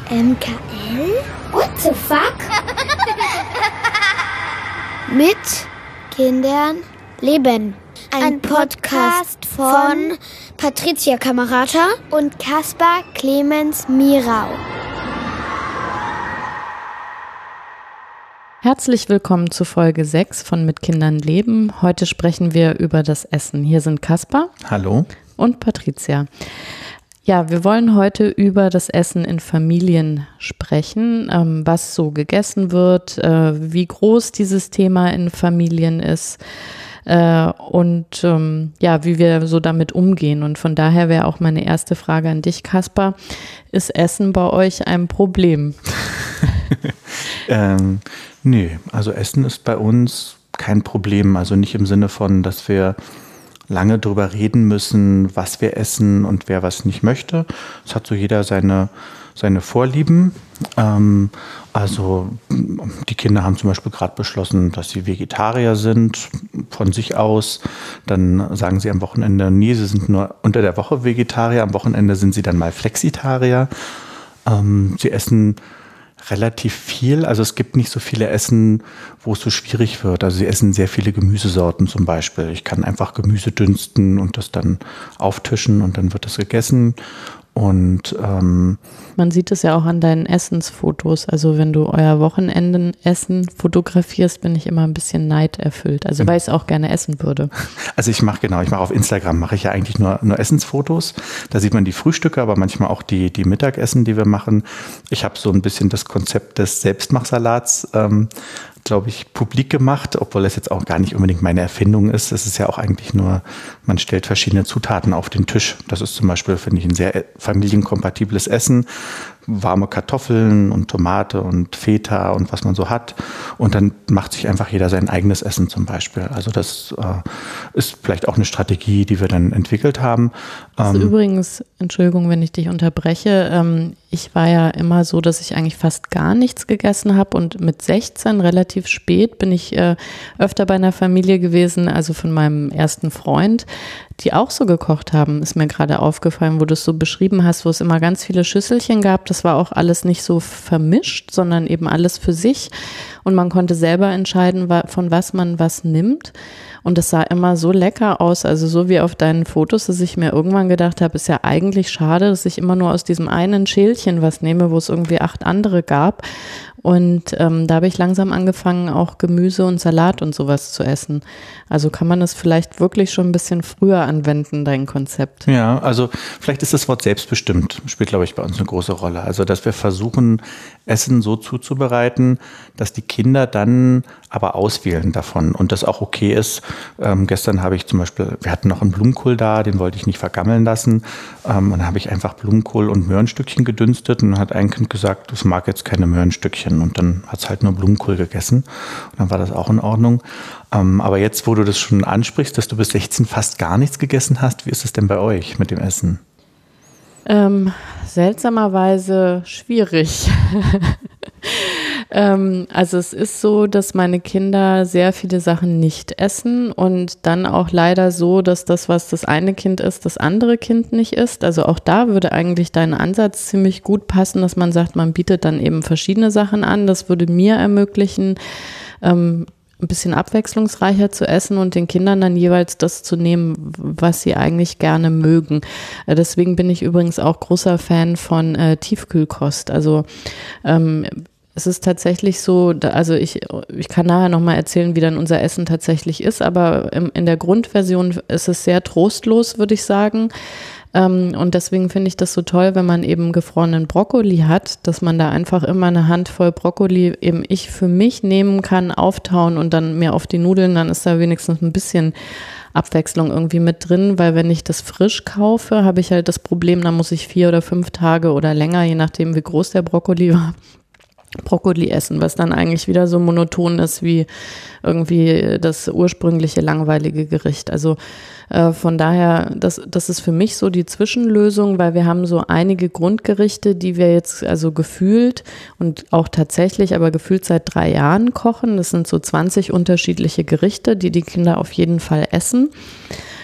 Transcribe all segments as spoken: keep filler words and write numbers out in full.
M K L? What the fuck? Mit Kindern leben. Ein, Ein Podcast von Patricia Kamerata und Kaspar Clemens Mirau. Herzlich willkommen zu Folge sechs von Mit Kindern leben. Heute sprechen wir über das Essen. Hier sind Kaspar. Hallo. Und Patricia. Ja, wir wollen heute über das Essen in Familien sprechen, ähm, was so gegessen wird, äh, wie groß dieses Thema in Familien ist äh, und ähm, ja, wie wir so damit umgehen. Und von daher wäre auch meine erste Frage an dich, Kaspar: Ist Essen bei euch ein Problem? ähm, nö, also Essen ist bei uns kein Problem. Also nicht im Sinne von, dass wir lange drüber reden müssen, was wir essen und wer was nicht möchte. Es hat so jeder seine, seine Vorlieben. Ähm, also die Kinder haben zum Beispiel gerade beschlossen, dass sie Vegetarier sind von sich aus. Dann sagen sie am Wochenende, nee, sie sind nur unter der Woche Vegetarier. Am Wochenende sind sie dann mal Flexitarier. Ähm, sie essen relativ viel, also es gibt nicht so viele Essen, wo es so schwierig wird. Also sie essen sehr viele Gemüsesorten zum Beispiel. Ich kann einfach Gemüse dünsten und das dann auftischen und dann wird das gegessen. Und ähm, man sieht es ja auch an deinen Essensfotos. Also wenn du euer Wochenendenessen fotografierst, bin ich immer ein bisschen neiderfüllt. Also weil ich es auch gerne essen würde. Also ich mache genau, ich mache auf Instagram, mache ich ja eigentlich nur, nur Essensfotos. Da sieht man die Frühstücke, aber manchmal auch die, die Mittagessen, die wir machen. Ich habe so ein bisschen das Konzept des Selbstmachsalats, ähm, glaube ich, publik gemacht, obwohl es jetzt auch gar nicht unbedingt meine Erfindung ist. Es ist ja auch eigentlich nur, man stellt verschiedene Zutaten auf den Tisch. Das ist zum Beispiel, finde ich, ein sehr familienkompatibles Essen. Warme Kartoffeln und Tomate und Feta und was man so hat. Und dann macht sich einfach jeder sein eigenes Essen zum Beispiel. Also das äh, ist vielleicht auch eine Strategie, die wir dann entwickelt haben. Also ähm, übrigens, Entschuldigung, wenn ich dich unterbreche, ähm, ich war ja immer so, dass ich eigentlich fast gar nichts gegessen habe und mit sechzehn, relativ spät, bin ich äh, öfter bei einer Familie gewesen, also von meinem ersten Freund, die auch so gekocht haben, ist mir gerade aufgefallen, wo du es so beschrieben hast, wo es immer ganz viele Schüsselchen gab. Das war auch alles nicht so vermischt, sondern eben alles für sich. Und man konnte selber entscheiden, von was man was nimmt. Und das sah immer so lecker aus, also so wie auf deinen Fotos, dass ich mir irgendwann gedacht habe, ist ja eigentlich schade, dass ich immer nur aus diesem einen Schälchen was nehme, wo es irgendwie acht andere gab. Und ähm, da habe ich langsam angefangen, auch Gemüse und Salat und sowas zu essen. Also kann man das vielleicht wirklich schon ein bisschen früher anwenden, dein Konzept? Ja, also vielleicht ist das Wort selbstbestimmt, spielt, glaube ich, bei uns eine große Rolle. Also dass wir versuchen, Essen so zuzubereiten, dass die Kinder dann aber auswählen davon und das auch okay ist. Ähm, gestern habe ich zum Beispiel, wir hatten noch einen Blumenkohl da, den wollte ich nicht vergammeln lassen. Ähm, und dann habe ich einfach Blumenkohl und Möhrenstückchen gedünstet und dann hat ein Kind gesagt, das mag jetzt keine Möhrenstückchen. Und dann hat es halt nur Blumenkohl gegessen. Und dann war das auch in Ordnung. Ähm, aber jetzt, wo du das schon ansprichst, dass du bis sechzehn fast gar nichts gegessen hast, wie ist es denn bei euch mit dem Essen? Ähm, seltsamerweise schwierig. ähm, also es ist so, dass meine Kinder sehr viele Sachen nicht essen und dann auch leider so, dass das, was das eine Kind isst, das andere Kind nicht isst. Also auch da würde eigentlich dein Ansatz ziemlich gut passen, dass man sagt, man bietet dann eben verschiedene Sachen an. Das würde mir ermöglichen, ähm, ein bisschen abwechslungsreicher zu essen und den Kindern dann jeweils das zu nehmen, was sie eigentlich gerne mögen. Deswegen bin ich übrigens auch großer Fan von äh, Tiefkühlkost. Also ähm, es ist tatsächlich so, also ich, ich kann nachher nochmal erzählen, wie dann unser Essen tatsächlich ist, aber im, in der Grundversion ist es sehr trostlos, würde ich sagen. Und deswegen finde ich das so toll, wenn man eben gefrorenen Brokkoli hat, dass man da einfach immer eine Handvoll Brokkoli eben ich für mich nehmen kann, auftauen und dann mir auf die Nudeln, dann ist da wenigstens ein bisschen Abwechslung irgendwie mit drin, weil wenn ich das frisch kaufe, habe ich halt das Problem, dann muss ich vier oder fünf Tage oder länger, je nachdem wie groß der Brokkoli war, Brokkoli essen, was dann eigentlich wieder so monoton ist wie irgendwie das ursprüngliche langweilige Gericht. Also äh, von daher, das, das ist für mich so die Zwischenlösung, weil wir haben so einige Grundgerichte, die wir jetzt also gefühlt und auch tatsächlich, aber gefühlt seit drei Jahren kochen. Das sind so zwanzig unterschiedliche Gerichte, die die Kinder auf jeden Fall essen.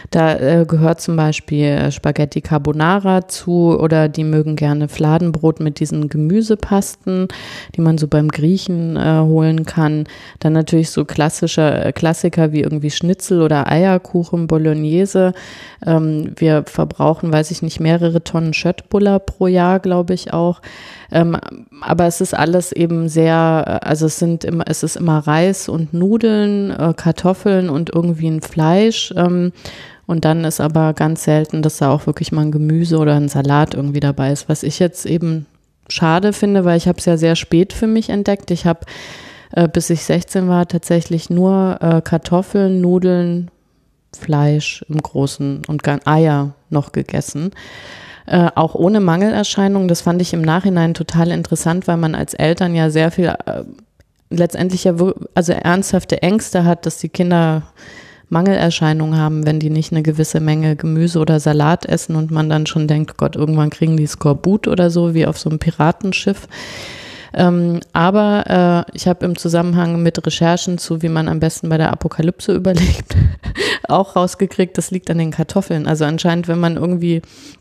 Da äh, gehört zum Beispiel Spaghetti Carbonara zu oder die mögen gerne Fladenbrot mit diesen Gemüsepasten, die man so beim Griechen äh, holen kann. Dann natürlich so klassische Klassiker wie irgendwie Schnitzel oder Eierkuchen, Bolognese. Ähm, wir verbrauchen, weiß ich nicht, mehrere Tonnen Schöttbuller pro Jahr, glaube ich auch. Ähm, aber es ist alles eben sehr, also es sind immer, es ist immer Reis und Nudeln, äh, Kartoffeln und irgendwie ein Fleisch. Ähm, und dann ist aber ganz selten, dass da auch wirklich mal ein Gemüse oder ein Salat irgendwie dabei ist. Was ich jetzt eben schade finde, weil ich habe es ja sehr spät für mich entdeckt. Ich habe, äh, bis ich sechzehn war, tatsächlich nur äh, Kartoffeln, Nudeln, Fleisch im Großen und gar Eier noch gegessen. Äh, auch ohne Mangelerscheinungen. Das fand ich im Nachhinein total interessant, weil man als Eltern ja sehr viel, äh, letztendlich ja, also ernsthafte Ängste hat, dass die Kinder Mangelerscheinungen haben, wenn die nicht eine gewisse Menge Gemüse oder Salat essen und man dann schon denkt, Gott, irgendwann kriegen die Skorbut oder so, wie auf so einem Piratenschiff. Ähm, aber äh, ich habe im Zusammenhang mit Recherchen zu, wie man am besten bei der Apokalypse überlebt, auch rausgekriegt, das liegt an den Kartoffeln. Also anscheinend, wenn man irgendwie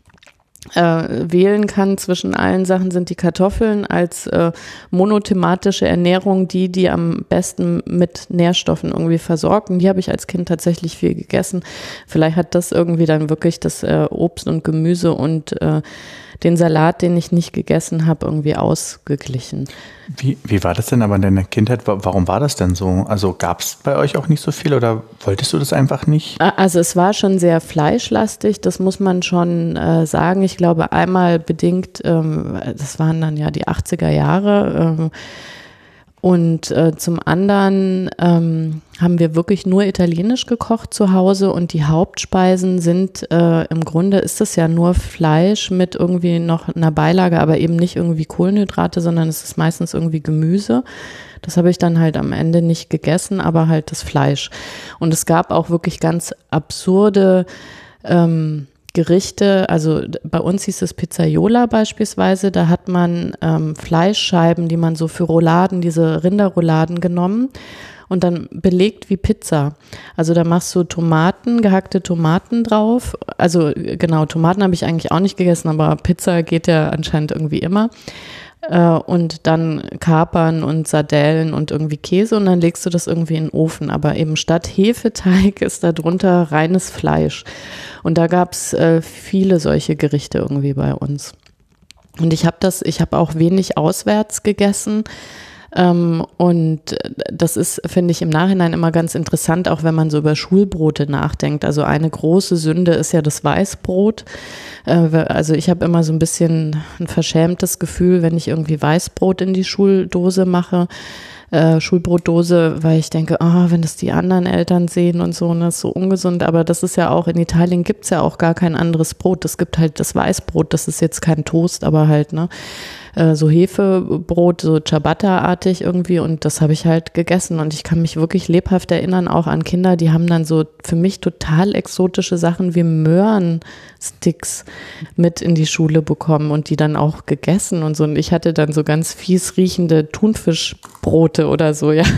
Äh, wählen kann zwischen allen Sachen, sind die Kartoffeln als äh, monothematische Ernährung die, die am besten mit Nährstoffen irgendwie versorgt. Und die habe ich als Kind tatsächlich viel gegessen. Vielleicht hat das irgendwie dann wirklich das äh, Obst und Gemüse und äh, den Salat, den ich nicht gegessen habe, irgendwie ausgeglichen. Wie, wie war das denn aber in deiner Kindheit? Warum war das denn so? Also gab es bei euch auch nicht so viel oder wolltest du das einfach nicht? Also es war schon sehr fleischlastig, das muss man schon äh, sagen. Ich glaube einmal bedingt, ähm, das waren dann ja die achtziger Jahre, ähm, und äh, zum anderen ähm, haben wir wirklich nur italienisch gekocht zu Hause und die Hauptspeisen sind, äh, im Grunde ist das ja nur Fleisch mit irgendwie noch einer Beilage, aber eben nicht irgendwie Kohlenhydrate, sondern es ist meistens irgendwie Gemüse. Das habe ich dann halt am Ende nicht gegessen, aber halt das Fleisch. Und es gab auch wirklich ganz absurde ähm, Gerichte, also bei uns hieß es Pizzaiola beispielsweise, da hat man ähm, Fleischscheiben, die man so für Rouladen, diese Rinderrouladen genommen und dann belegt wie Pizza. Also da machst du Tomaten, gehackte Tomaten drauf, also genau, Tomaten habe ich eigentlich auch nicht gegessen, aber Pizza geht ja anscheinend irgendwie immer. Und dann Kapern und Sardellen und irgendwie Käse und dann legst du das irgendwie in den Ofen. Aber eben statt Hefeteig ist da drunter reines Fleisch. Und da gab es äh, viele solche Gerichte irgendwie bei uns. Und ich habe das, ich habe auch wenig auswärts gegessen. Ähm, und das ist, finde ich, im Nachhinein immer ganz interessant, auch wenn man so über Schulbrote nachdenkt. Also eine große Sünde ist ja das Weißbrot. Äh, also ich habe immer so ein bisschen ein verschämtes Gefühl, wenn ich irgendwie Weißbrot in die Schuldose mache, äh, Schulbrotdose, weil ich denke, oh, wenn das die anderen Eltern sehen und so, das ist so ungesund. Aber das ist ja auch, in Italien gibt's ja auch gar kein anderes Brot. Es gibt halt das Weißbrot, das ist jetzt kein Toast, aber halt, ne, so Hefebrot, so Ciabatta-artig irgendwie und das habe ich halt gegessen und ich kann mich wirklich lebhaft erinnern auch an Kinder, die haben dann so für mich total exotische Sachen wie Möhrensticks mit in die Schule bekommen und die dann auch gegessen und so und ich hatte dann so ganz fies riechende Thunfischbrote oder so, ja.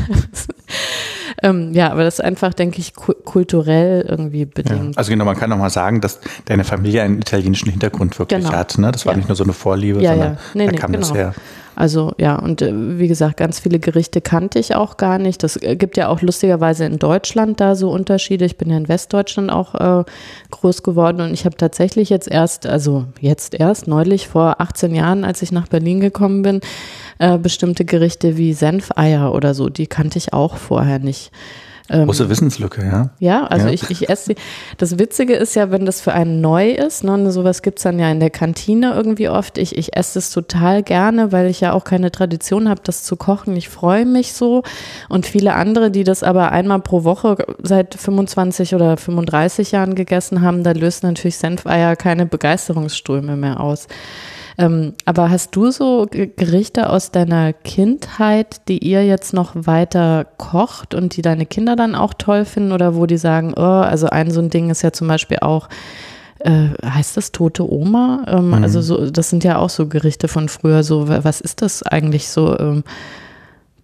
Ähm, ja, aber das ist einfach, denke ich, ku- kulturell irgendwie bedingt. Ja, also genau, man kann auch mal sagen, dass deine Familie einen italienischen Hintergrund wirklich genau. hat. Ne? Das war ja nicht nur so eine Vorliebe, ja, sondern ja. Nee, da nee, kam genau. das her. Also ja, und äh, wie gesagt, ganz viele Gerichte kannte ich auch gar nicht. Das äh, gibt ja auch lustigerweise in Deutschland da so Unterschiede. Ich bin ja in Westdeutschland auch äh, groß geworden und ich habe tatsächlich jetzt erst, also jetzt erst, neulich vor achtzehn Jahren, als ich nach Berlin gekommen bin, äh, bestimmte Gerichte wie Senfeier oder so, die kannte ich auch vorher nicht. Ähm, Große Wissenslücke, ja. Ja, also ja. ich, ich esse sie. Das Witzige ist ja, wenn das für einen neu ist, ne, sowas gibt's dann ja in der Kantine irgendwie oft. Ich, ich esse es total gerne, weil ich ja auch keine Tradition habe, das zu kochen. Ich freue mich so. Und viele andere, die das aber einmal pro Woche seit fünfundzwanzig oder fünfunddreißig Jahren gegessen haben, da löst natürlich Senfeier keine Begeisterungsströme mehr aus. Ähm, aber hast du so Gerichte aus deiner Kindheit, die ihr jetzt noch weiter kocht und die deine Kinder dann auch toll finden oder wo die sagen, oh, also ein so ein Ding ist ja zum Beispiel auch, äh, heißt das tote Oma? Ähm, mhm. Also so, das sind ja auch so Gerichte von früher, so was ist das eigentlich so? Ähm,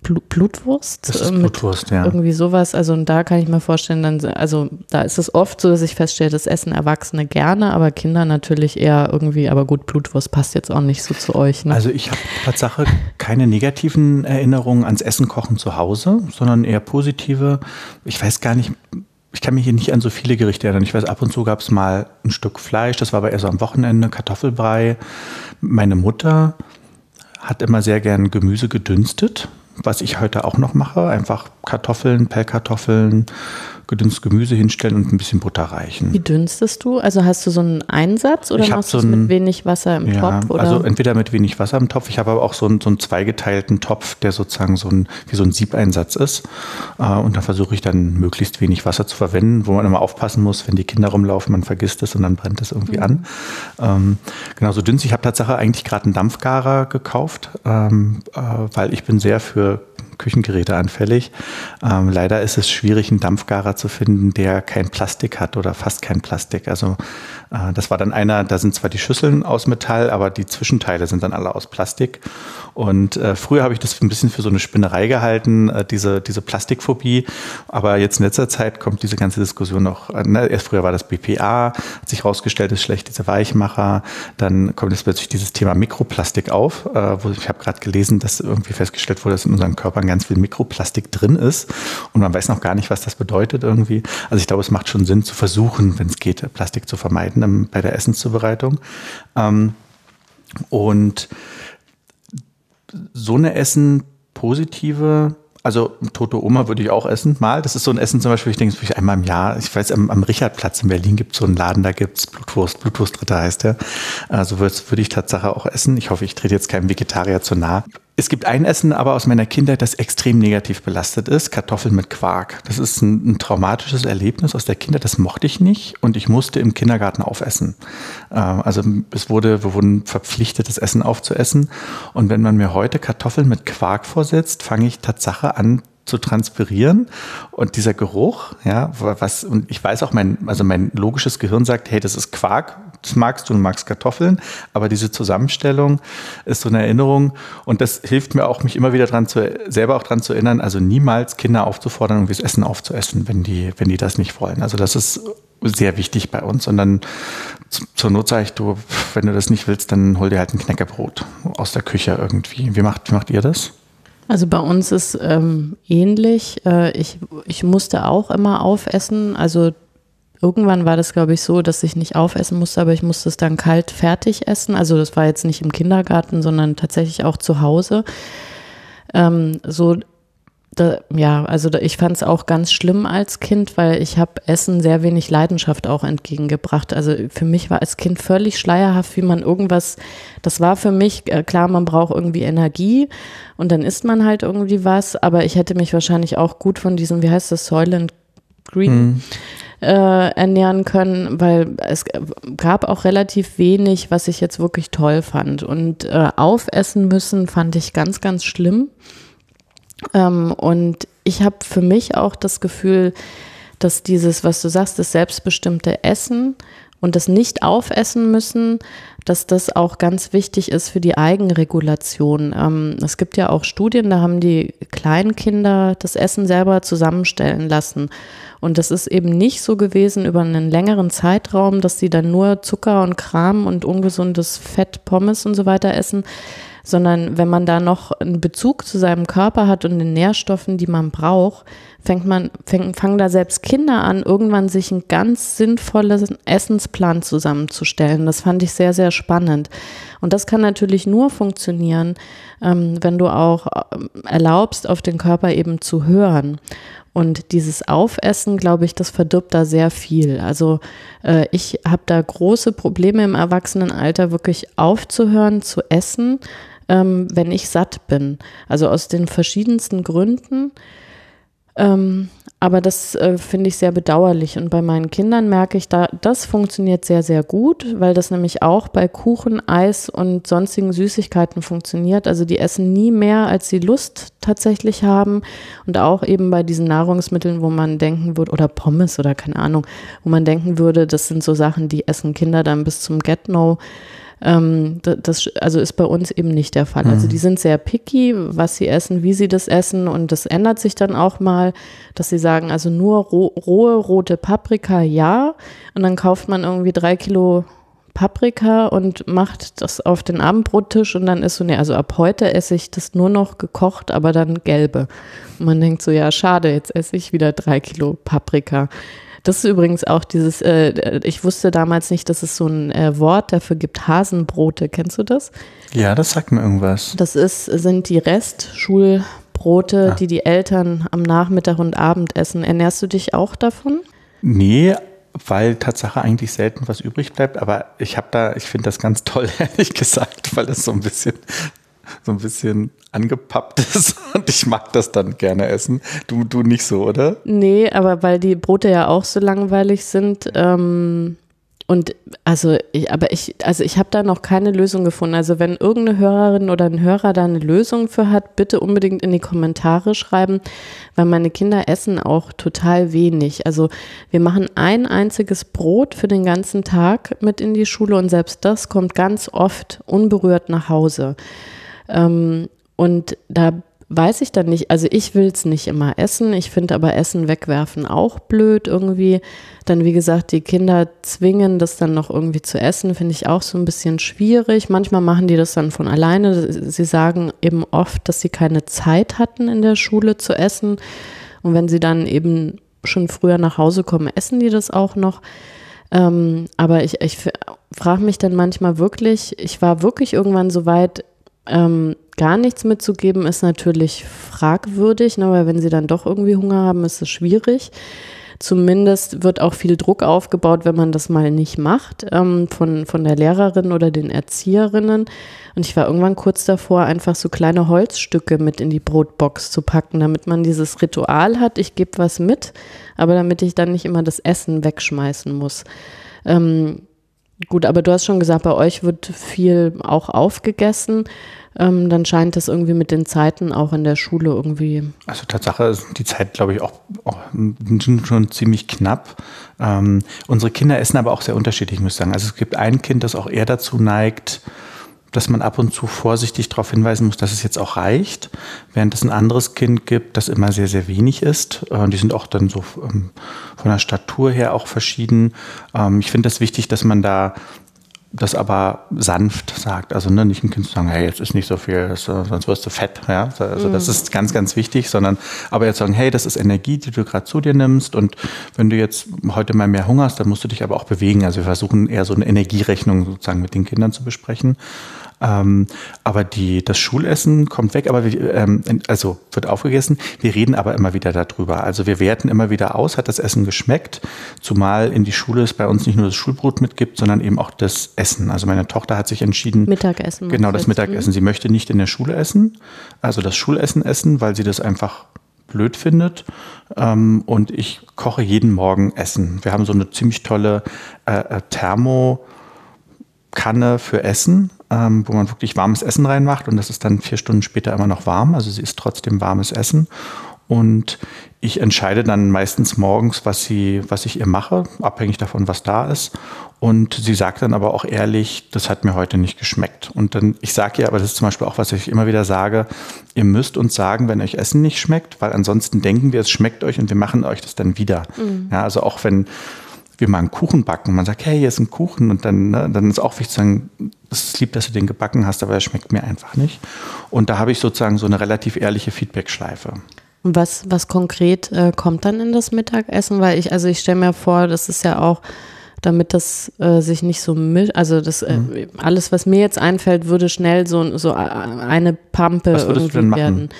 Blutwurst. Das ist mit Blutwurst, ja. Irgendwie sowas. Also und da kann ich mir vorstellen, dann, also da ist es oft so, dass ich feststelle, das essen Erwachsene gerne, aber Kinder natürlich eher irgendwie, aber gut, Blutwurst passt jetzt auch nicht so zu euch. Ne? Also ich habe Tatsache keine negativen Erinnerungen ans Essen kochen zu Hause, sondern eher positive. Ich weiß gar nicht, ich kann mich hier nicht an so viele Gerichte erinnern. Ich weiß, ab und zu gab es mal ein Stück Fleisch, das war aber eher so am Wochenende, Kartoffelbrei. Meine Mutter hat immer sehr gern Gemüse gedünstet, was ich heute auch noch mache. Einfach Kartoffeln, Pellkartoffeln, gedünstes Gemüse hinstellen und ein bisschen Butter reichen. Wie dünstest du? Also hast du so einen Einsatz oder Ich hab machst so du es ein- mit wenig Wasser im Ja, Topf? Oder? also entweder mit wenig Wasser im Topf. Ich habe aber auch so einen, so einen zweigeteilten Topf, der sozusagen so ein, wie so ein Siebeinsatz ist. Äh, Und da versuche ich dann möglichst wenig Wasser zu verwenden, wo man immer aufpassen muss, wenn die Kinder rumlaufen, man vergisst es und dann brennt es irgendwie an. Ähm, genau, so dünst. Ich habe tatsächlich eigentlich gerade einen Dampfgarer gekauft, ähm, äh, weil ich bin sehr für Küchengeräte anfällig. Ähm, leider ist es schwierig, einen Dampfgarer zu finden, der kein Plastik hat oder fast kein Plastik. Also äh, das war dann einer, da sind zwar die Schüsseln aus Metall, aber die Zwischenteile sind dann alle aus Plastik. Und äh, früher habe ich das ein bisschen für so eine Spinnerei gehalten, äh, diese, diese Plastikphobie. Aber jetzt in letzter Zeit kommt diese ganze Diskussion noch, äh, ne? Erst früher war das B P A, hat sich rausgestellt, ist schlecht, diese Weichmacher. Dann kommt jetzt plötzlich dieses Thema Mikroplastik auf, äh, wo ich habe gerade gelesen, dass irgendwie festgestellt wurde, dass in unseren Körpern ganz viel Mikroplastik drin ist. Und man weiß noch gar nicht, was das bedeutet irgendwie. Also ich glaube, es macht schon Sinn zu versuchen, wenn es geht, Plastik zu vermeiden ähm, bei der Essenszubereitung. Ähm, und so eine Essen positive, also tote Oma würde ich auch essen, mal. Das ist so ein Essen zum Beispiel, ich denke, das würde ich einmal im Jahr, ich weiß, am, am Richardplatz in Berlin gibt es so einen Laden, da gibt es Blutwurst, Blutwurstritter heißt der. Also würde würd ich Tatsache auch essen. Ich hoffe, ich trete jetzt keinem Vegetarier zu nahe. Es gibt ein Essen aber aus meiner Kindheit, das extrem negativ belastet ist, Kartoffeln mit Quark. Das ist ein, ein traumatisches Erlebnis aus der Kindheit, das mochte ich nicht und ich musste im Kindergarten aufessen. Äh, also es wurde, wir wurden verpflichtet, das Essen aufzuessen und wenn man mir heute Kartoffeln mit Quark vorsetzt, fange ich Tatsache an zu transpirieren und dieser Geruch, ja, was, und ich weiß auch, mein, also mein logisches Gehirn sagt, hey, das ist Quark, das magst du, du magst Kartoffeln, aber diese Zusammenstellung ist so eine Erinnerung und das hilft mir auch, mich immer wieder dran zu, selber auch dran zu erinnern, also niemals Kinder aufzufordern, irgendwie das Essen aufzuessen, wenn die, wenn die das nicht wollen. Also das ist sehr wichtig bei uns und dann zur Not sage ich, du, wenn du das nicht willst, dann hol dir halt ein Knäckebrot aus der Küche irgendwie. Wie macht, wie macht ihr das? Also bei uns ist ähm, ähnlich. Äh, ich, ich musste auch immer aufessen. Also irgendwann war das, glaube ich, so, dass ich nicht aufessen musste, aber ich musste es dann kalt fertig essen. Also das war jetzt nicht im Kindergarten, sondern tatsächlich auch zu Hause. Ähm, so, da, ja, also da, ich fand es auch ganz schlimm als Kind, weil ich habe Essen sehr wenig Leidenschaft auch entgegengebracht. Also für mich war als Kind völlig schleierhaft, wie man irgendwas, das war für mich, äh, klar, man braucht irgendwie Energie und dann isst man halt irgendwie was, aber ich hätte mich wahrscheinlich auch gut von diesem, wie heißt das, Soylent Green mhm. äh, ernähren können, weil es gab auch relativ wenig, was ich jetzt wirklich toll fand. Und äh, aufessen müssen fand ich ganz, ganz schlimm. Ähm, und ich habe für mich auch das Gefühl, dass dieses, was du sagst, das selbstbestimmte Essen und das Nicht-Aufessen müssen, dass das auch ganz wichtig ist für die Eigenregulation. Ähm, es gibt ja auch Studien, da haben die Kleinkinder das Essen selber zusammenstellen lassen. Und das ist eben nicht so gewesen über einen längeren Zeitraum, dass sie dann nur Zucker und Kram und ungesundes Fett, Pommes und so weiter essen, sondern wenn man da noch einen Bezug zu seinem Körper hat und den Nährstoffen, die man braucht, fängt man, fängt, fangen da selbst Kinder an, irgendwann sich einen ganz sinnvollen Essensplan zusammenzustellen. Das fand ich sehr, sehr spannend. Und das kann natürlich nur funktionieren, ähm, wenn du auch erlaubst, auf den Körper eben zu hören. Und dieses Aufessen, glaube ich, das verdirbt da sehr viel. Also äh, ich habe da große Probleme im Erwachsenenalter, wirklich aufzuhören zu essen, ähm, wenn ich satt bin. Also aus den verschiedensten Gründen. Ähm, aber das äh, finde ich sehr bedauerlich. Und bei meinen Kindern merke ich, da, das funktioniert sehr, sehr gut, weil das nämlich auch bei Kuchen, Eis und sonstigen Süßigkeiten funktioniert. Also die essen nie mehr, als sie Lust tatsächlich haben. Und auch eben bei diesen Nahrungsmitteln, wo man denken würde, oder Pommes oder keine Ahnung, wo man denken würde, das sind so Sachen, die essen Kinder dann bis zum Get-No. Ähm, das also ist bei uns eben nicht der Fall. Also die sind sehr picky, was sie essen, wie sie das essen und das ändert sich dann auch mal, dass sie sagen, also nur roh, rohe rote Paprika, ja, und dann kauft man irgendwie drei Kilo Paprika und macht das auf den Abendbrottisch und dann ist so, nee, also ab heute esse ich das nur noch gekocht, aber dann gelbe. Und man denkt so, ja, schade, jetzt esse ich wieder drei Kilo Paprika. Das ist übrigens auch dieses, äh, ich wusste damals nicht, dass es so ein äh, Wort dafür gibt, Hasenbrote. Kennst du das? Ja, das sagt mir irgendwas. Das ist, sind die Restschulbrote, Ah. die die Eltern am Nachmittag und Abend essen. Ernährst du dich auch davon? Nee, weil Tatsache eigentlich selten was übrig bleibt. Aber ich habe da, ich finde das ganz toll, ehrlich gesagt, weil das so ein bisschen, so ein bisschen angepappt ist und ich mag das dann gerne essen. Du, du nicht so, oder? Nee, aber weil die Brote ja auch so langweilig sind. Ähm, und also ich, aber ich, also ich habe da noch keine Lösung gefunden. Also wenn irgendeine Hörerin oder ein Hörer da eine Lösung für hat, bitte unbedingt in die Kommentare schreiben, weil meine Kinder essen auch total wenig. Also wir machen ein einziges Brot für den ganzen Tag mit in die Schule und selbst das kommt ganz oft unberührt nach Hause. Ähm, Und da weiß ich dann nicht, also ich will es nicht immer essen, ich finde aber Essen wegwerfen auch blöd irgendwie. Dann wie gesagt, die Kinder zwingen, das dann noch irgendwie zu essen, finde ich auch so ein bisschen schwierig. Manchmal machen die das dann von alleine. Sie sagen eben oft, dass sie keine Zeit hatten in der Schule zu essen. Und wenn sie dann eben schon früher nach Hause kommen, essen die das auch noch. Ähm, aber ich, ich frage mich dann manchmal wirklich, ich war wirklich irgendwann so weit, Ähm, gar nichts mitzugeben ist natürlich fragwürdig, ne, weil wenn sie dann doch irgendwie Hunger haben, ist es schwierig. Zumindest wird auch viel Druck aufgebaut, wenn man das mal nicht macht, ähm, von, von der Lehrerin oder den Erzieherinnen. Und ich war irgendwann kurz davor, einfach so kleine Holzstücke mit in die Brotbox zu packen, damit man dieses Ritual hat, ich gebe was mit, aber damit ich dann nicht immer das Essen wegschmeißen muss. Ähm, Gut, aber du hast schon gesagt, bei euch wird viel auch aufgegessen. Ähm, dann scheint das irgendwie mit den Zeiten auch in der Schule irgendwie. Also Tatsache ist die Zeit, glaube ich, auch, auch schon ziemlich knapp. Ähm, unsere Kinder essen aber auch sehr unterschiedlich, muss ich sagen. Also es gibt ein Kind, das auch eher dazu neigt, dass man ab und zu vorsichtig darauf hinweisen muss, dass es jetzt auch reicht, während es ein anderes Kind gibt, das immer sehr, sehr wenig isst. Äh, die sind auch dann so ähm, von der Statur her auch verschieden. Ähm, ich finde das wichtig, dass man da das aber sanft sagt. Also ne, nicht ein Kind zu sagen, hey, jetzt ist nicht so viel, das, sonst wirst du fett. Ja? Also mhm. das ist ganz, ganz wichtig, sondern aber jetzt sagen, hey, das ist Energie, die du gerade zu dir nimmst und wenn du jetzt heute mal mehr Hunger hast, dann musst du dich aber auch bewegen. Also wir versuchen eher so eine Energierechnung sozusagen mit den Kindern zu besprechen. Ähm, aber die, das Schulessen kommt weg, aber wir, ähm, also wird aufgegessen. Wir reden aber immer wieder darüber. Also wir werten immer wieder aus, hat das Essen geschmeckt, zumal in die Schule es bei uns nicht nur das Schulbrot mitgibt, sondern eben auch das Essen. Also meine Tochter hat sich entschieden, Mittagessen. Genau, das Mittagessen. Sie möchte nicht in der Schule essen, also das Schulessen essen, weil sie das einfach blöd findet. Ähm, und ich koche jeden Morgen Essen. Wir haben so eine ziemlich tolle äh, Thermo Kanne für Essen, ähm, wo man wirklich warmes Essen reinmacht und das ist dann vier Stunden später immer noch warm. Also sie isst trotzdem warmes Essen und ich entscheide dann meistens morgens, was sie, was ich ihr mache, abhängig davon, was da ist. Und sie sagt dann aber auch ehrlich, das hat mir heute nicht geschmeckt. Und dann, ich sage ihr, aber das ist zum Beispiel auch, was ich immer wieder sage, ihr müsst uns sagen, wenn euch Essen nicht schmeckt, weil ansonsten denken wir, es schmeckt euch und wir machen euch das dann wieder. Mhm. Ja, also auch wenn wir mal einen Kuchen backen. Man sagt, hey, hier ist ein Kuchen und dann, ne, dann ist auch wichtig zu sagen, es ist lieb, dass du den gebacken hast, aber er schmeckt mir einfach nicht. Und da habe ich sozusagen so eine relativ ehrliche Feedback-Schleife. Und was, was konkret äh, kommt dann in das Mittagessen? Weil ich, also ich stelle mir vor, das ist ja auch, damit das äh, sich nicht so mischt, also das äh, mhm. alles, was mir jetzt einfällt, würde schnell so, so eine Pampe was würdest irgendwie du denn machen? werden.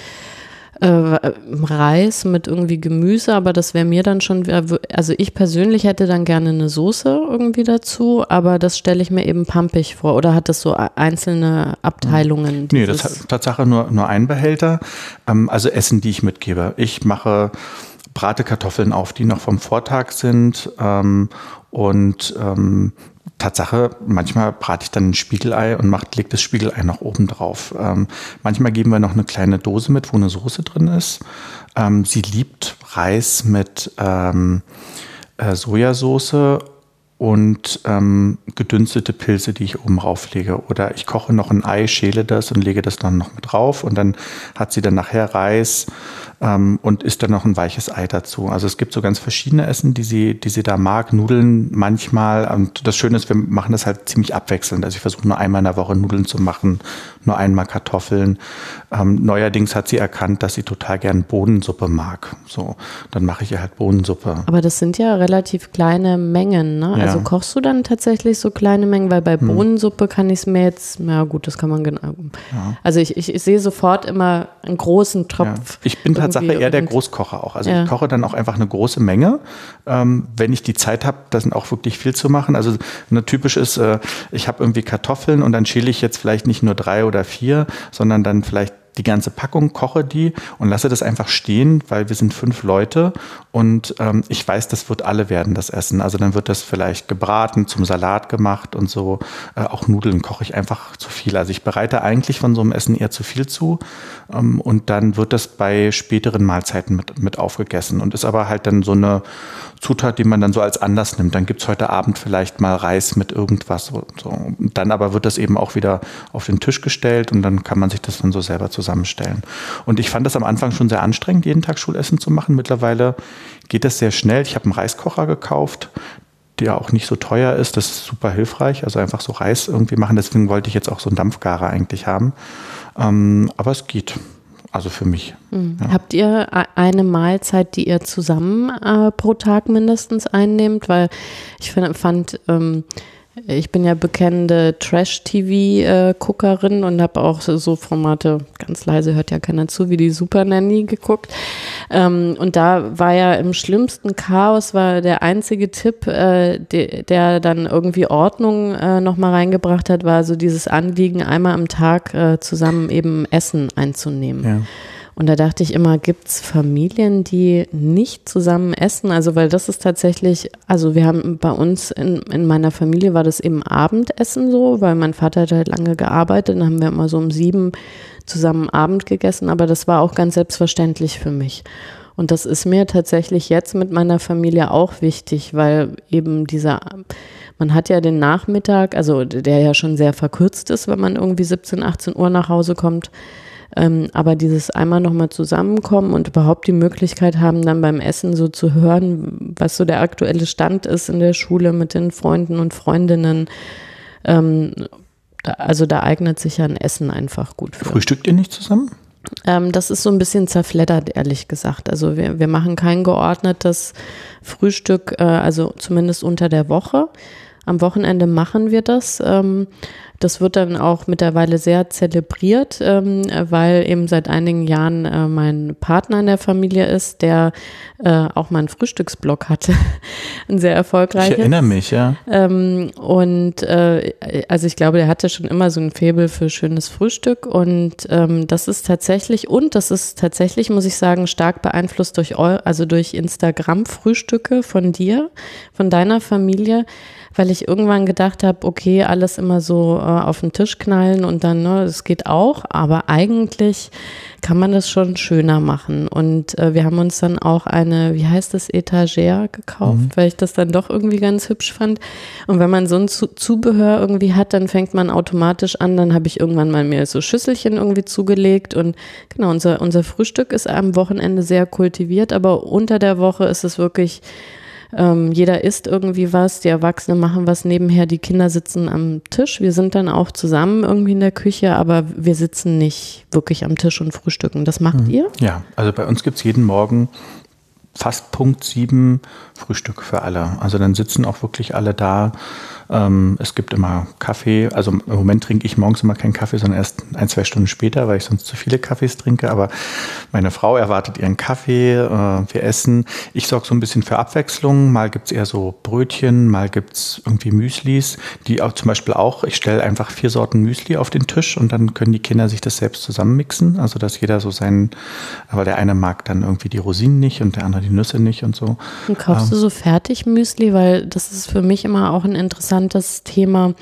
Äh, Reis mit irgendwie Gemüse, aber das wäre mir dann schon, also ich persönlich hätte dann gerne eine Soße irgendwie dazu, aber das stelle ich mir eben pampig vor. Oder hat das so einzelne Abteilungen? Nee, das hat Tatsache nur, nur ein Behälter. Ähm, also Essen, die ich mitgebe. Ich mache brate Kartoffeln auf, die noch vom Vortag sind ähm, und ähm, Tatsache, manchmal brate ich dann ein Spiegelei und macht, legt das Spiegelei noch oben drauf. Ähm, manchmal geben wir noch eine kleine Dose mit, wo eine Soße drin ist. Ähm, sie liebt Reis mit ähm, äh, Sojasauce und ähm, gedünstete Pilze, die ich oben rauflege. Oder ich koche noch ein Ei, schäle das und lege das dann noch mit drauf und dann hat sie dann nachher Reis ähm, und isst dann noch ein weiches Ei dazu. Also es gibt so ganz verschiedene Essen, die sie, die sie da mag. Nudeln manchmal. Und das Schöne ist, wir machen das halt ziemlich abwechselnd. Also ich versuche nur einmal in der Woche Nudeln zu machen, nur einmal Kartoffeln. Ähm, neuerdings hat sie erkannt, dass sie total gern Bohnensuppe mag. So, dann mache ich ihr halt Bohnensuppe. Aber das sind ja relativ kleine Mengen, ne? Ja. Also kochst du dann tatsächlich so kleine Mengen? Weil bei hm. Bohnensuppe kann ich es mir jetzt, na gut, das kann man genau. Ja. Also ich, ich, ich sehe sofort immer einen großen Topf. Ja. Ich bin Tatsache eher der Großkocher auch. Also ja. ich koche dann auch einfach eine große Menge. Ähm, wenn ich die Zeit habe, da sind auch wirklich viel zu machen. Also ne, typisch ist, äh, ich habe irgendwie Kartoffeln und dann schäle ich jetzt vielleicht nicht nur drei oder vier, sondern dann vielleicht die ganze Packung, koche die und lasse das einfach stehen, weil wir sind fünf Leute und ähm, ich weiß, das wird alle werden, das Essen. Also dann wird das vielleicht gebraten, zum Salat gemacht und so. Äh, auch Nudeln koche ich einfach zu viel. Also ich bereite eigentlich von so einem Essen eher zu viel zu ähm, und dann wird das bei späteren Mahlzeiten mit, mit aufgegessen und ist aber halt dann so eine Zutat, die man dann so als Anlass nimmt. Dann gibt es heute Abend vielleicht mal Reis mit irgendwas. So. Und dann aber wird das eben auch wieder auf den Tisch gestellt und dann kann man sich das dann so selber zusammenstellen. Und ich fand das am Anfang schon sehr anstrengend, jeden Tag Schulessen zu machen. Mittlerweile geht das sehr schnell. Ich habe einen Reiskocher gekauft, der auch nicht so teuer ist. Das ist super hilfreich. Also einfach so Reis irgendwie machen. Deswegen wollte ich jetzt auch so einen Dampfgarer eigentlich haben. Ähm, aber es geht. Also für mich. Mhm. Ja. Habt ihr eine Mahlzeit, die ihr zusammen äh, pro Tag mindestens einnehmt? Weil ich find, fand, ähm, ich bin ja bekennende Trash-T V-Guckerin und habe auch so Formate, ganz leise hört ja keiner zu, wie die Super Nanny geguckt. Ähm, und da war ja im schlimmsten Chaos, war der einzige Tipp, äh, de, der dann irgendwie Ordnung äh, nochmal reingebracht hat, war so dieses Anliegen, einmal am Tag äh, zusammen eben Essen einzunehmen. Ja. Und da dachte ich immer, gibt es Familien, die nicht zusammen essen? Also weil das ist tatsächlich, also wir haben bei uns in, in meiner Familie war das eben Abendessen so, weil mein Vater hat halt lange gearbeitet, dann haben wir immer so um sieben zusammen Abend gegessen, aber das war auch ganz selbstverständlich für mich. Und das ist mir tatsächlich jetzt mit meiner Familie auch wichtig, weil eben dieser, man hat ja den Nachmittag, also der ja schon sehr verkürzt ist, wenn man irgendwie siebzehn, achtzehn Uhr nach Hause kommt, Ähm, aber dieses einmal nochmal zusammenkommen und überhaupt die Möglichkeit haben, dann beim Essen so zu hören, was so der aktuelle Stand ist in der Schule mit den Freunden und Freundinnen. Ähm, da, also da eignet sich ja ein Essen einfach gut für. Frühstückt ihr nicht zusammen? Ähm, das ist so ein bisschen zerfleddert, ehrlich gesagt. Also wir, wir machen kein geordnetes Frühstück, äh, also zumindest unter der Woche. Am Wochenende machen wir das. Ähm, Das wird dann auch mittlerweile sehr zelebriert, ähm, weil eben seit einigen Jahren äh, mein Partner in der Familie ist, der äh, auch mal einen Frühstücksblog hatte, ein sehr erfolgreiches. Ich erinnere mich, ja. Ähm, und äh, also ich glaube, der hatte schon immer so ein Faible für schönes Frühstück und ähm, das ist tatsächlich, und das ist tatsächlich, muss ich sagen, stark beeinflusst durch, eu, also durch Instagram-Frühstücke von dir, von deiner Familie, weil ich irgendwann gedacht habe, okay, alles immer so äh, auf den Tisch knallen und dann, ne, das geht auch, aber eigentlich kann man das schon schöner machen. Und äh, wir haben uns dann auch eine, wie heißt das, Etagere gekauft, mhm. weil ich das dann doch irgendwie ganz hübsch fand. Und wenn man so ein Zu- Zubehör irgendwie hat, dann fängt man automatisch an, dann habe ich irgendwann mal mir so Schüsselchen irgendwie zugelegt und genau, unser, unser Frühstück ist am Wochenende sehr kultiviert, aber unter der Woche ist es wirklich, Ähm, jeder isst irgendwie was, die Erwachsenen machen was nebenher, die Kinder sitzen am Tisch. Wir sind dann auch zusammen irgendwie in der Küche, aber wir sitzen nicht wirklich am Tisch und frühstücken. Das macht mhm. ihr? Ja, also bei uns gibt es jeden Morgen fast Punkt sieben Frühstück für alle. Also dann sitzen auch wirklich alle da. Ähm, es gibt immer Kaffee. Also im Moment trinke ich morgens immer keinen Kaffee, sondern erst ein, zwei Stunden später, weil ich sonst zu viele Kaffees trinke. Aber meine Frau erwartet ihren Kaffee. Äh, wir essen. Ich sorge so ein bisschen für Abwechslung. Mal gibt es eher so Brötchen, mal gibt es irgendwie Müslis, die auch zum Beispiel auch, ich stelle einfach vier Sorten Müsli auf den Tisch und dann können die Kinder sich das selbst zusammenmixen. Also dass jeder so seinen, weil der eine mag dann irgendwie die Rosinen nicht und der andere die Nüsse nicht und so. Und kaufst ähm, du so Fertigmüsli? Weil das ist für mich immer auch ein interessantes Thema.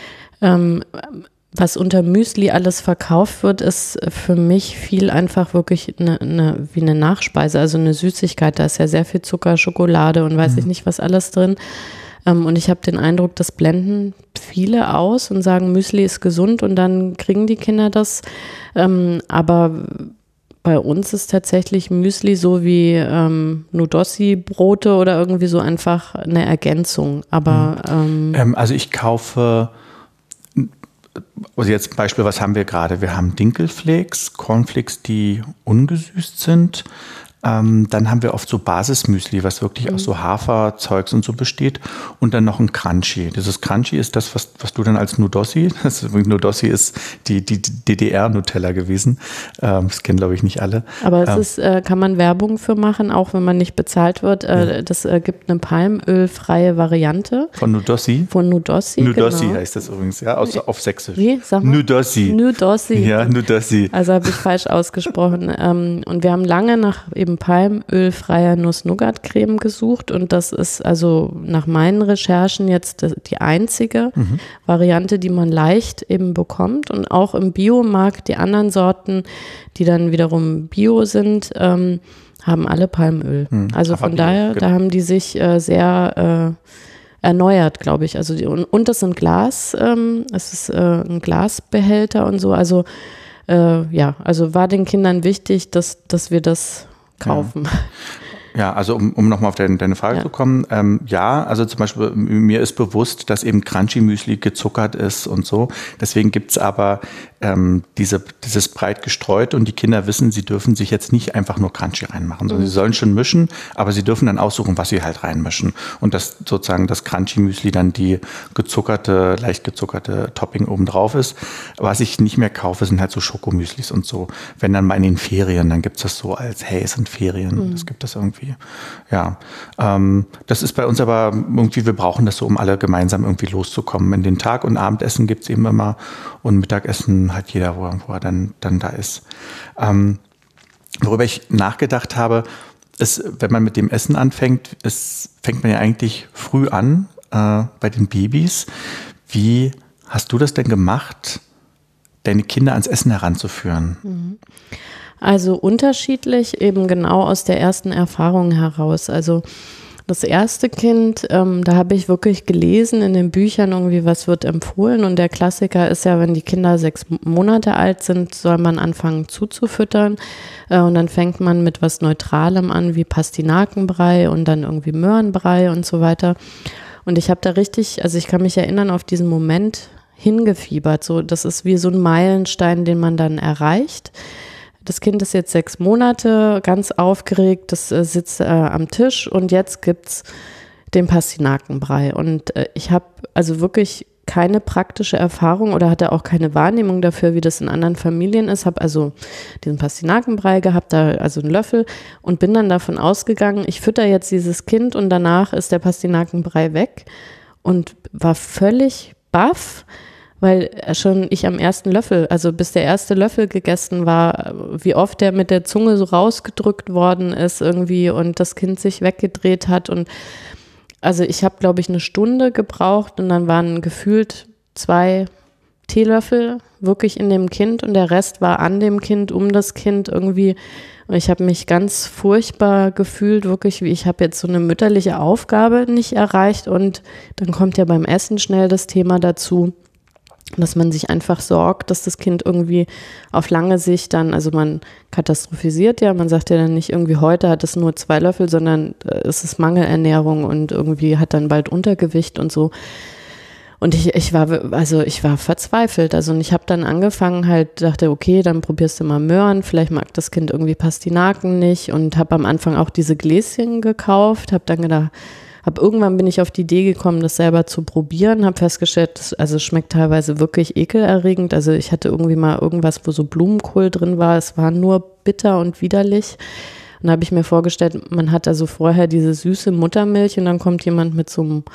Ähm, was unter Müsli alles verkauft wird, ist für mich viel einfach wirklich eine, eine, wie eine Nachspeise, also eine Süßigkeit. Da ist ja sehr viel Zucker, Schokolade und weiß mhm. ich nicht was alles drin. Ähm, und ich habe den Eindruck, das blenden viele aus und sagen, Müsli ist gesund und dann kriegen die Kinder das. Ähm, aber bei uns ist tatsächlich Müsli so wie ähm, Nudossi-Brote oder irgendwie so einfach eine Ergänzung. Aber ähm, ähm, also ich kaufe, also jetzt zum Beispiel, was haben wir gerade? Wir haben Dinkelflakes, Cornflakes, die ungesüßt sind. Ähm, dann haben wir oft so Basismüsli, was wirklich mhm. aus so Haferzeugs und so besteht. Und dann noch ein Crunchy. Dieses Crunchy ist das, was, was du dann als Nudossi, das ist, Nudossi ist die, die D D R-Nutella gewesen. Ähm, das kennen, glaube ich, nicht alle. Aber es ähm, ist, äh, kann man Werbung für machen, auch wenn man nicht bezahlt wird. Äh, ja. Das äh, gibt eine palmölfreie Variante. Von Nudossi? Von Nudossi, Nudossi genau. heißt das übrigens, ja, aus, auf Sächsisch. Wie? Sag mal. Nudossi. Nudossi. Ja, Nudossi. Also habe ich falsch ausgesprochen. Ähm, und wir haben lange nach eben palmölfreier Nuss-Nougat-Creme gesucht und das ist also nach meinen Recherchen jetzt die einzige mhm. Variante, die man leicht eben bekommt und auch im Biomarkt die anderen Sorten, die dann wiederum Bio sind, ähm, haben alle Palmöl. Mhm. Also von Bio, daher, genau. Da haben die sich äh, sehr äh, erneuert, glaube ich. Also die, und, und das sind Glas, ähm, es ist äh, ein Glasbehälter und so, also äh, ja, also war den Kindern wichtig, dass, dass wir das kaufen. Ja. Ja, also um, um nochmal auf deine, deine Frage ja. zu kommen, ähm, ja, also zum Beispiel mir ist bewusst, dass eben Crunchy-Müsli gezuckert ist und so. Deswegen gibt's aber ähm, diese, dieses breit gestreut und die Kinder wissen, sie dürfen sich jetzt nicht einfach nur Crunchy reinmachen, sondern mhm. sie sollen schon mischen, aber sie dürfen dann aussuchen, was sie halt reinmischen. Und das sozusagen das Crunchy-Müsli dann die gezuckerte, leicht gezuckerte Topping oben drauf ist. Was ich nicht mehr kaufe, sind halt so Schokomüslis und so. Wenn dann mal in den Ferien, dann gibt's das so als, hey, es sind Ferien, mhm. das gibt es irgendwie. Ja, ähm, das ist bei uns aber irgendwie, wir brauchen das so, um alle gemeinsam irgendwie loszukommen. In den Tag- und Abendessen gibt es eben immer und Mittagessen hat jeder, wo, wo er dann, dann da ist. Ähm, worüber ich nachgedacht habe, ist, wenn man mit dem Essen anfängt, ist, fängt man ja eigentlich früh an äh, bei den Babys. Wie hast du das denn gemacht, deine Kinder ans Essen heranzuführen? Mhm. Also unterschiedlich, eben genau aus der ersten Erfahrung heraus. Also das erste Kind, ähm, da habe ich wirklich gelesen in den Büchern irgendwie, was wird empfohlen. Und der Klassiker ist ja, wenn die Kinder sechs Monate alt sind, soll man anfangen zuzufüttern. Äh, und dann fängt man mit was Neutralem an, wie Pastinakenbrei und dann irgendwie Möhrenbrei und so weiter. Und ich habe da richtig, also ich kann mich erinnern auf diesen Moment hingefiebert. So, das ist wie so ein Meilenstein, den man dann erreicht. Das Kind ist jetzt sechs Monate, ganz aufgeregt, das äh, sitzt äh, am Tisch und jetzt gibt's den Pastinakenbrei. Und äh, ich habe also wirklich keine praktische Erfahrung oder hatte auch keine Wahrnehmung dafür, wie das in anderen Familien ist. Habe also diesen Pastinakenbrei gehabt, da also einen Löffel und bin dann davon ausgegangen, ich fütter jetzt dieses Kind und danach ist der Pastinakenbrei weg und war völlig baff, weil schon ich am ersten Löffel, also bis der erste Löffel gegessen war, wie oft der mit der Zunge so rausgedrückt worden ist irgendwie und das Kind sich weggedreht hat. Und also ich habe, glaube ich, eine Stunde gebraucht und dann waren gefühlt zwei Teelöffel wirklich in dem Kind und der Rest war an dem Kind, um das Kind irgendwie. Und ich habe mich ganz furchtbar gefühlt, wirklich, wie ich habe jetzt so eine mütterliche Aufgabe nicht erreicht. Und dann kommt ja beim Essen schnell das Thema dazu, dass man sich einfach sorgt, dass das Kind irgendwie auf lange Sicht dann, also man katastrophisiert ja, man sagt ja dann nicht irgendwie heute hat es nur zwei Löffel, sondern es ist Mangelernährung und irgendwie hat dann bald Untergewicht und so. Und ich, ich war, also ich war verzweifelt. Also und ich habe dann angefangen halt, dachte, okay, dann probierst du mal Möhren, vielleicht mag das Kind irgendwie Pastinaken nicht und habe am Anfang auch diese Gläschen gekauft, habe dann gedacht, Hab irgendwann bin ich auf die Idee gekommen, das selber zu probieren, habe festgestellt, das, also es schmeckt teilweise wirklich ekelerregend. Also ich hatte irgendwie mal irgendwas, wo so Blumenkohl drin war. Es war nur bitter und widerlich. Und da habe ich mir vorgestellt, man hat also vorher diese süße Muttermilch und dann kommt jemand mit so einem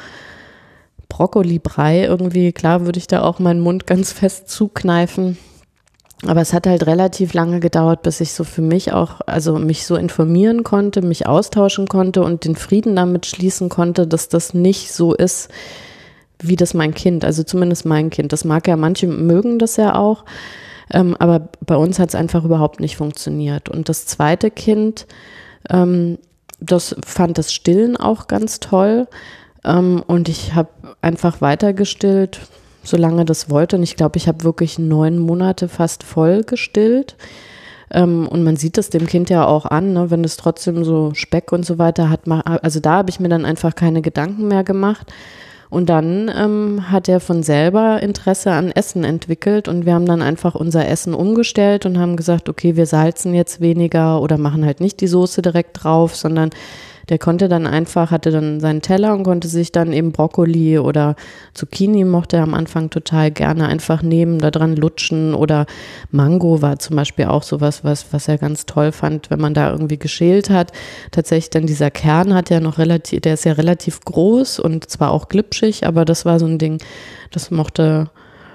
Brokkoli-Brei irgendwie. Klar würde ich da auch meinen Mund ganz fest zukneifen. Aber es hat halt relativ lange gedauert, bis ich so für mich auch, also mich so informieren konnte, mich austauschen konnte und den Frieden damit schließen konnte, dass das nicht so ist, wie das mein Kind, also zumindest mein Kind. Das mag ja, manche mögen das ja auch, ähm, aber bei uns hat es einfach überhaupt nicht funktioniert. Und das zweite Kind, ähm, das fand das Stillen auch ganz toll. Ähm, und ich habe einfach weiter gestillt, solange das wollte. Und ich glaube, ich habe wirklich neun Monate fast voll gestillt. Ähm, und man sieht es dem Kind ja auch an, ne, wenn es trotzdem so Speck und so weiter hat. Also da habe ich mir dann einfach keine Gedanken mehr gemacht. Und dann ähm, hat er von selber Interesse an Essen entwickelt und wir haben dann einfach unser Essen umgestellt und haben gesagt, okay, wir salzen jetzt weniger oder machen halt nicht die Soße direkt drauf, sondern der konnte dann einfach, hatte dann seinen Teller und konnte sich dann eben Brokkoli oder Zucchini, mochte er am Anfang total gerne, einfach nehmen, da dran lutschen, oder Mango war zum Beispiel auch sowas, was, was er ganz toll fand, wenn man da irgendwie geschält hat. Tatsächlich dann dieser Kern hat ja noch relativ, der ist ja relativ groß und zwar auch glitschig, aber das war so ein Ding, das mochte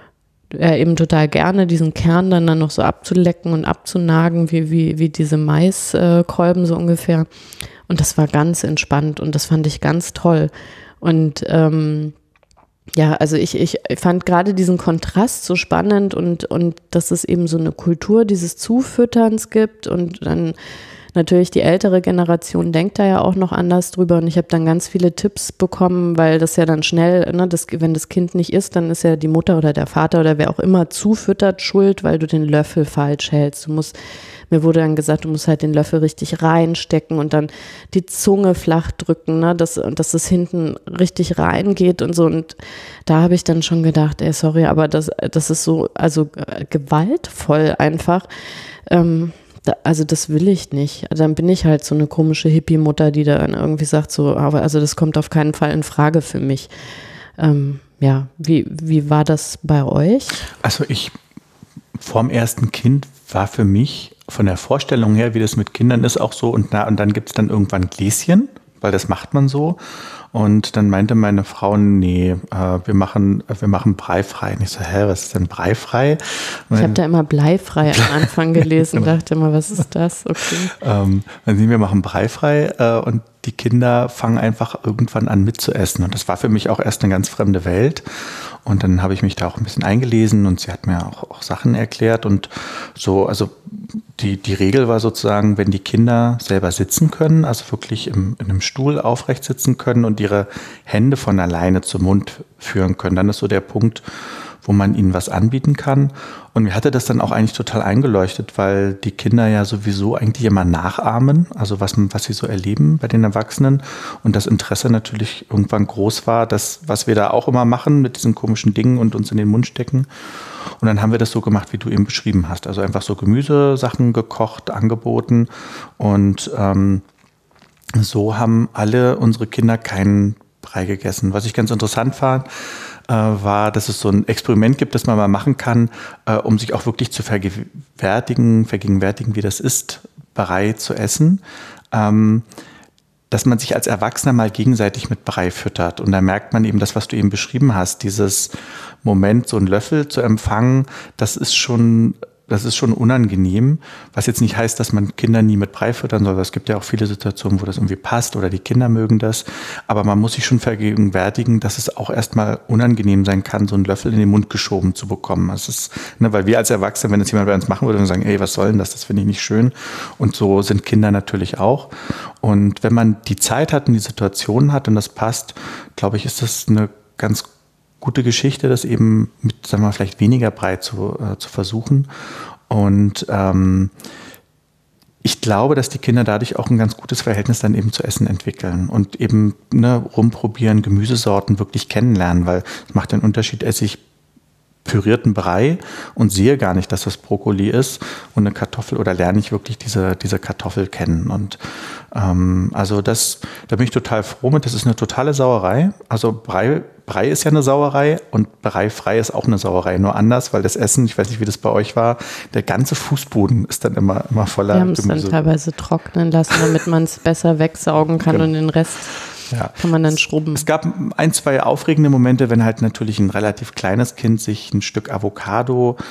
er eben total gerne, diesen Kern dann, dann noch so abzulecken und abzunagen, wie, wie, wie diese Maiskolben so ungefähr. Und das war ganz entspannt und das fand ich ganz toll. Und ähm, ja, also ich, ich fand gerade diesen Kontrast so spannend und, und dass es eben so eine Kultur dieses Zufütterns gibt und dann natürlich die ältere Generation denkt da ja auch noch anders drüber und ich habe dann ganz viele Tipps bekommen, weil das ja dann schnell, ne, das, wenn das Kind nicht isst, dann ist ja die Mutter oder der Vater oder wer auch immer zufüttert schuld, weil du den Löffel falsch hältst. Du musst, mir wurde dann gesagt, du musst halt den Löffel richtig reinstecken und dann die Zunge flach drücken, ne, dass, dass es hinten richtig reingeht und so. Und da habe ich dann schon gedacht, ey, sorry, aber das, das ist so, also äh, gewaltvoll einfach. Ähm, Da, also das will ich nicht. Also dann bin ich halt so eine komische Hippie-Mutter, die dann irgendwie sagt so, aber also das kommt auf keinen Fall in Frage für mich. Ähm, ja, wie, wie war das bei euch? Also ich, vorm ersten Kind war für mich von der Vorstellung her, wie das mit Kindern ist, auch so, und, na, und dann gibt es dann irgendwann Gläschen, weil das macht man so. Und dann meinte meine Frau, nee, äh, wir machen wir machen breifrei. Und ich so, hä, was ist denn breifrei? Ich habe da immer bleifrei am Anfang gelesen, dachte immer, was ist das? Okay. Ähm, dann sehen wir machen breifrei äh, und die Kinder fangen einfach irgendwann an mitzuessen. Und das war für mich auch erst eine ganz fremde Welt. Und dann habe ich mich da auch ein bisschen eingelesen und sie hat mir auch, auch Sachen erklärt und so, also die, die Regel war sozusagen, wenn die Kinder selber sitzen können, also wirklich im, in einem Stuhl aufrecht sitzen können und ihre Hände von alleine zum Mund führen können, dann ist so der Punkt, wo man ihnen was anbieten kann. Und mir hatte das dann auch eigentlich total eingeleuchtet, weil die Kinder ja sowieso eigentlich immer nachahmen, also was, was sie so erleben bei den Erwachsenen. Und das Interesse natürlich irgendwann groß war, das, was wir da auch immer machen mit diesen komischen Dingen und uns in den Mund stecken. Und dann haben wir das so gemacht, wie du eben beschrieben hast. Also einfach so Gemüsesachen gekocht, angeboten. Und ähm, so haben alle unsere Kinder keinen Brei gegessen. Was ich ganz interessant fand, war, dass es so ein Experiment gibt, das man mal machen kann, äh, um sich auch wirklich zu vergegenwärtigen, vergegenwärtigen, wie das ist, Brei zu essen, ähm, dass man sich als Erwachsener mal gegenseitig mit Brei füttert. Und da merkt man eben das, was du eben beschrieben hast, dieses Moment, so einen Löffel zu empfangen, das ist schon... Das ist schon unangenehm, was jetzt nicht heißt, dass man Kinder nie mit Brei füttern soll. Es gibt ja auch viele Situationen, wo das irgendwie passt oder die Kinder mögen das. Aber man muss sich schon vergegenwärtigen, dass es auch erstmal unangenehm sein kann, so einen Löffel in den Mund geschoben zu bekommen. Das ist, ne, weil wir als Erwachsene, wenn das jemand bei uns machen würde, dann sagen, ey, was soll denn das? Das finde ich nicht schön. Und so sind Kinder natürlich auch. Und wenn man die Zeit hat und die Situation hat und das passt, glaube ich, ist das eine ganz gute Geschichte, das eben mit, sagen wir mal, vielleicht weniger Brei zu, äh, zu versuchen. Und ähm, ich glaube, dass die Kinder dadurch auch ein ganz gutes Verhältnis dann eben zu Essen entwickeln und eben ne, rumprobieren, Gemüsesorten wirklich kennenlernen, weil es macht den Unterschied, esse ich pürierten Brei und sehe gar nicht, dass das Brokkoli ist und eine Kartoffel oder lerne ich wirklich diese, diese Kartoffel kennen. Und ähm, also das, da bin ich total froh mit, das ist eine totale Sauerei. Also Brei, Brei ist ja eine Sauerei und breifrei ist auch eine Sauerei, nur anders, weil das Essen, ich weiß nicht, wie das bei euch war, der ganze Fußboden ist dann immer, immer voller Gemüse. Wir haben es dann teilweise trocknen lassen, damit man es besser wegsaugen kann genau. Und den Rest ja. Kann man dann schrubben. Es gab ein, zwei aufregende Momente, wenn halt natürlich ein relativ kleines Kind sich ein Stück Avocado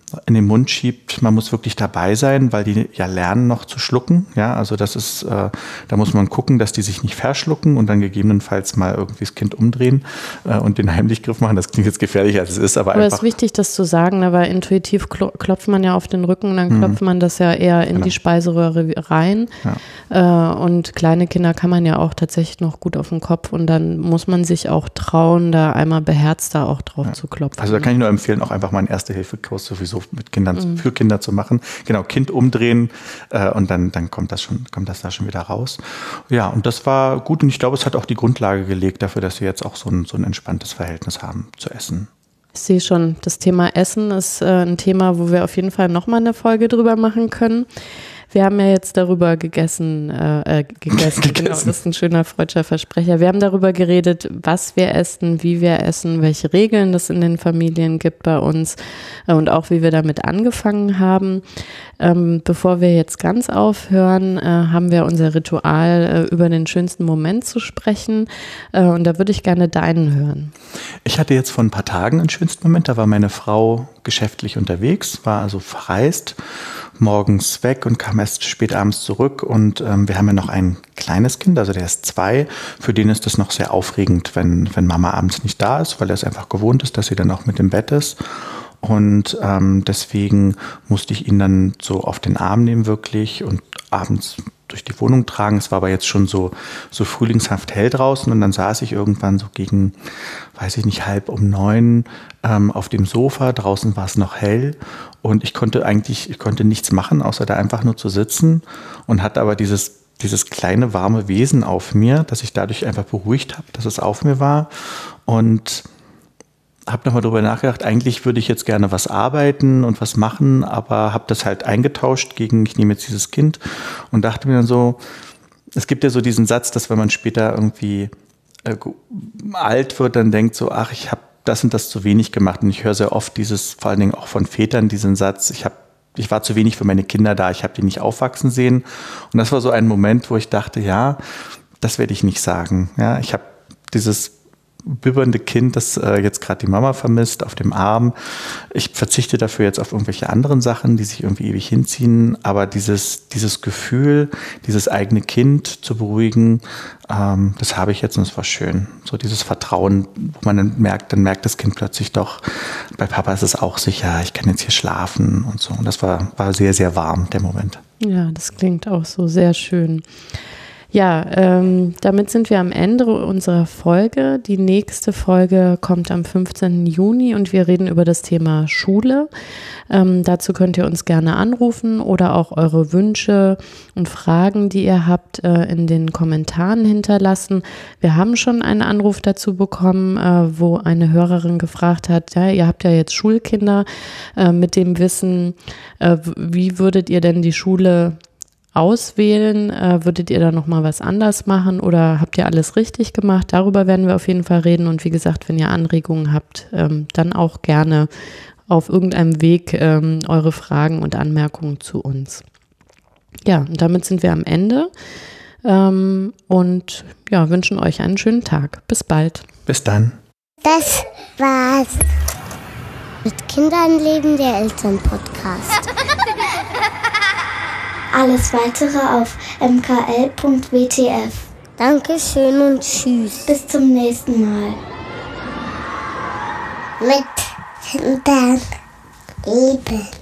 in den Mund schiebt, man muss wirklich dabei sein, weil die ja lernen noch zu schlucken. Ja, also das ist, äh, da muss man gucken, dass die sich nicht verschlucken und dann gegebenenfalls mal irgendwie das Kind umdrehen äh, und den Heimlichgriff machen. Das klingt jetzt gefährlicher, als es ist, aber, aber einfach. Aber es ist wichtig, das zu sagen, aber intuitiv klopft man ja auf den Rücken, dann mhm. klopft man das ja eher in genau. die Speiseröhre rein. Ja. Äh, und kleine Kinder kann man ja auch tatsächlich noch gut auf den Kopf und dann muss man sich auch trauen, da einmal beherzter auch drauf ja. zu klopfen. Also da kann ich nur empfehlen, auch einfach mal einen Erste-Hilfe-Kurs sowieso mit Kindern, mhm. für Kinder zu machen. Genau, Kind umdrehen äh, und dann, dann kommt das schon, kommt das da schon wieder raus. Ja, und das war gut und ich glaube, es hat auch die Grundlage gelegt dafür, dass wir jetzt auch so ein, so ein entspanntes Verhältnis haben zu Essen. Ich sehe schon, das Thema Essen ist äh, ein Thema, wo wir auf jeden Fall nochmal eine Folge drüber machen können. Wir haben ja jetzt darüber gegessen, äh, gegessen, gegessen. Genau, das ist ein schöner freudscher Versprecher. Wir haben darüber geredet, was wir essen, wie wir essen, welche Regeln es in den Familien gibt bei uns äh, und auch wie wir damit angefangen haben. Ähm, bevor wir jetzt ganz aufhören, äh, haben wir unser Ritual, äh, über den schönsten Moment zu sprechen äh, und da würde ich gerne deinen hören. Ich hatte jetzt vor ein paar Tagen einen schönsten Moment, da war meine Frau geschäftlich unterwegs, war also verreist, morgens weg und kam erst spät abends zurück und ähm, wir haben ja noch ein kleines Kind, also der ist zwei, für den ist das noch sehr aufregend, wenn, wenn Mama abends nicht da ist, weil er es einfach gewohnt ist, dass sie dann auch mit im Bett ist und ähm, deswegen musste ich ihn dann so auf den Arm nehmen wirklich und abends durch die Wohnung tragen. Es war aber jetzt schon so, so frühlingshaft hell draußen und dann saß ich irgendwann so gegen, weiß ich nicht, halb um neun ähm, auf dem Sofa. Draußen war es noch hell und ich konnte eigentlich, ich konnte nichts machen, außer da einfach nur zu sitzen und hatte aber dieses, dieses kleine warme Wesen auf mir, dass ich dadurch einfach beruhigt habe, dass es auf mir war und habe nochmal drüber nachgedacht, eigentlich würde ich jetzt gerne was arbeiten und was machen, aber habe das halt eingetauscht gegen, ich nehme jetzt dieses Kind und dachte mir dann so, es gibt ja so diesen Satz, dass wenn man später irgendwie äh, alt wird, dann denkt so, ach, ich habe das und das zu wenig gemacht und ich höre sehr oft dieses, vor allen Dingen auch von Vätern, diesen Satz, ich habe ich war zu wenig für meine Kinder da, ich habe die nicht aufwachsen sehen und das war so ein Moment, wo ich dachte, ja, das werde ich nicht sagen, ja, ich habe dieses bibbernde Kind, das äh, jetzt gerade die Mama vermisst, auf dem Arm. Ich verzichte dafür jetzt auf irgendwelche anderen Sachen, die sich irgendwie ewig hinziehen, aber dieses, dieses Gefühl, dieses eigene Kind zu beruhigen, ähm, das habe ich jetzt und es war schön. So dieses Vertrauen, wo man dann merkt, dann merkt das Kind plötzlich doch, bei Papa ist es auch sicher, ich kann jetzt hier schlafen und so. Und das war, war sehr, sehr warm, der Moment. Ja, das klingt auch so sehr schön. Ja, ähm, damit sind wir am Ende unserer Folge. Die nächste Folge kommt am fünfzehnten Juni und wir reden über das Thema Schule. Ähm, dazu könnt ihr uns gerne anrufen oder auch eure Wünsche und Fragen, die ihr habt, äh, in den Kommentaren hinterlassen. Wir haben schon einen Anruf dazu bekommen, äh, wo eine Hörerin gefragt hat, ja, ihr habt ja jetzt Schulkinder, äh, mit dem Wissen, äh, wie würdet ihr denn die Schule auswählen? Äh, würdet ihr da nochmal was anders machen oder habt ihr alles richtig gemacht? Darüber werden wir auf jeden Fall reden und wie gesagt, wenn ihr Anregungen habt, ähm, dann auch gerne auf irgendeinem Weg ähm, eure Fragen und Anmerkungen zu uns. Ja, und damit sind wir am Ende ähm, und ja, wünschen euch einen schönen Tag. Bis bald. Bis dann. Das war's. Mit Kindern leben, der Elternpodcast. Alles weitere auf m k l punkt w t f. Dankeschön und tschüss. Bis zum nächsten Mal. Mit Kindern leben.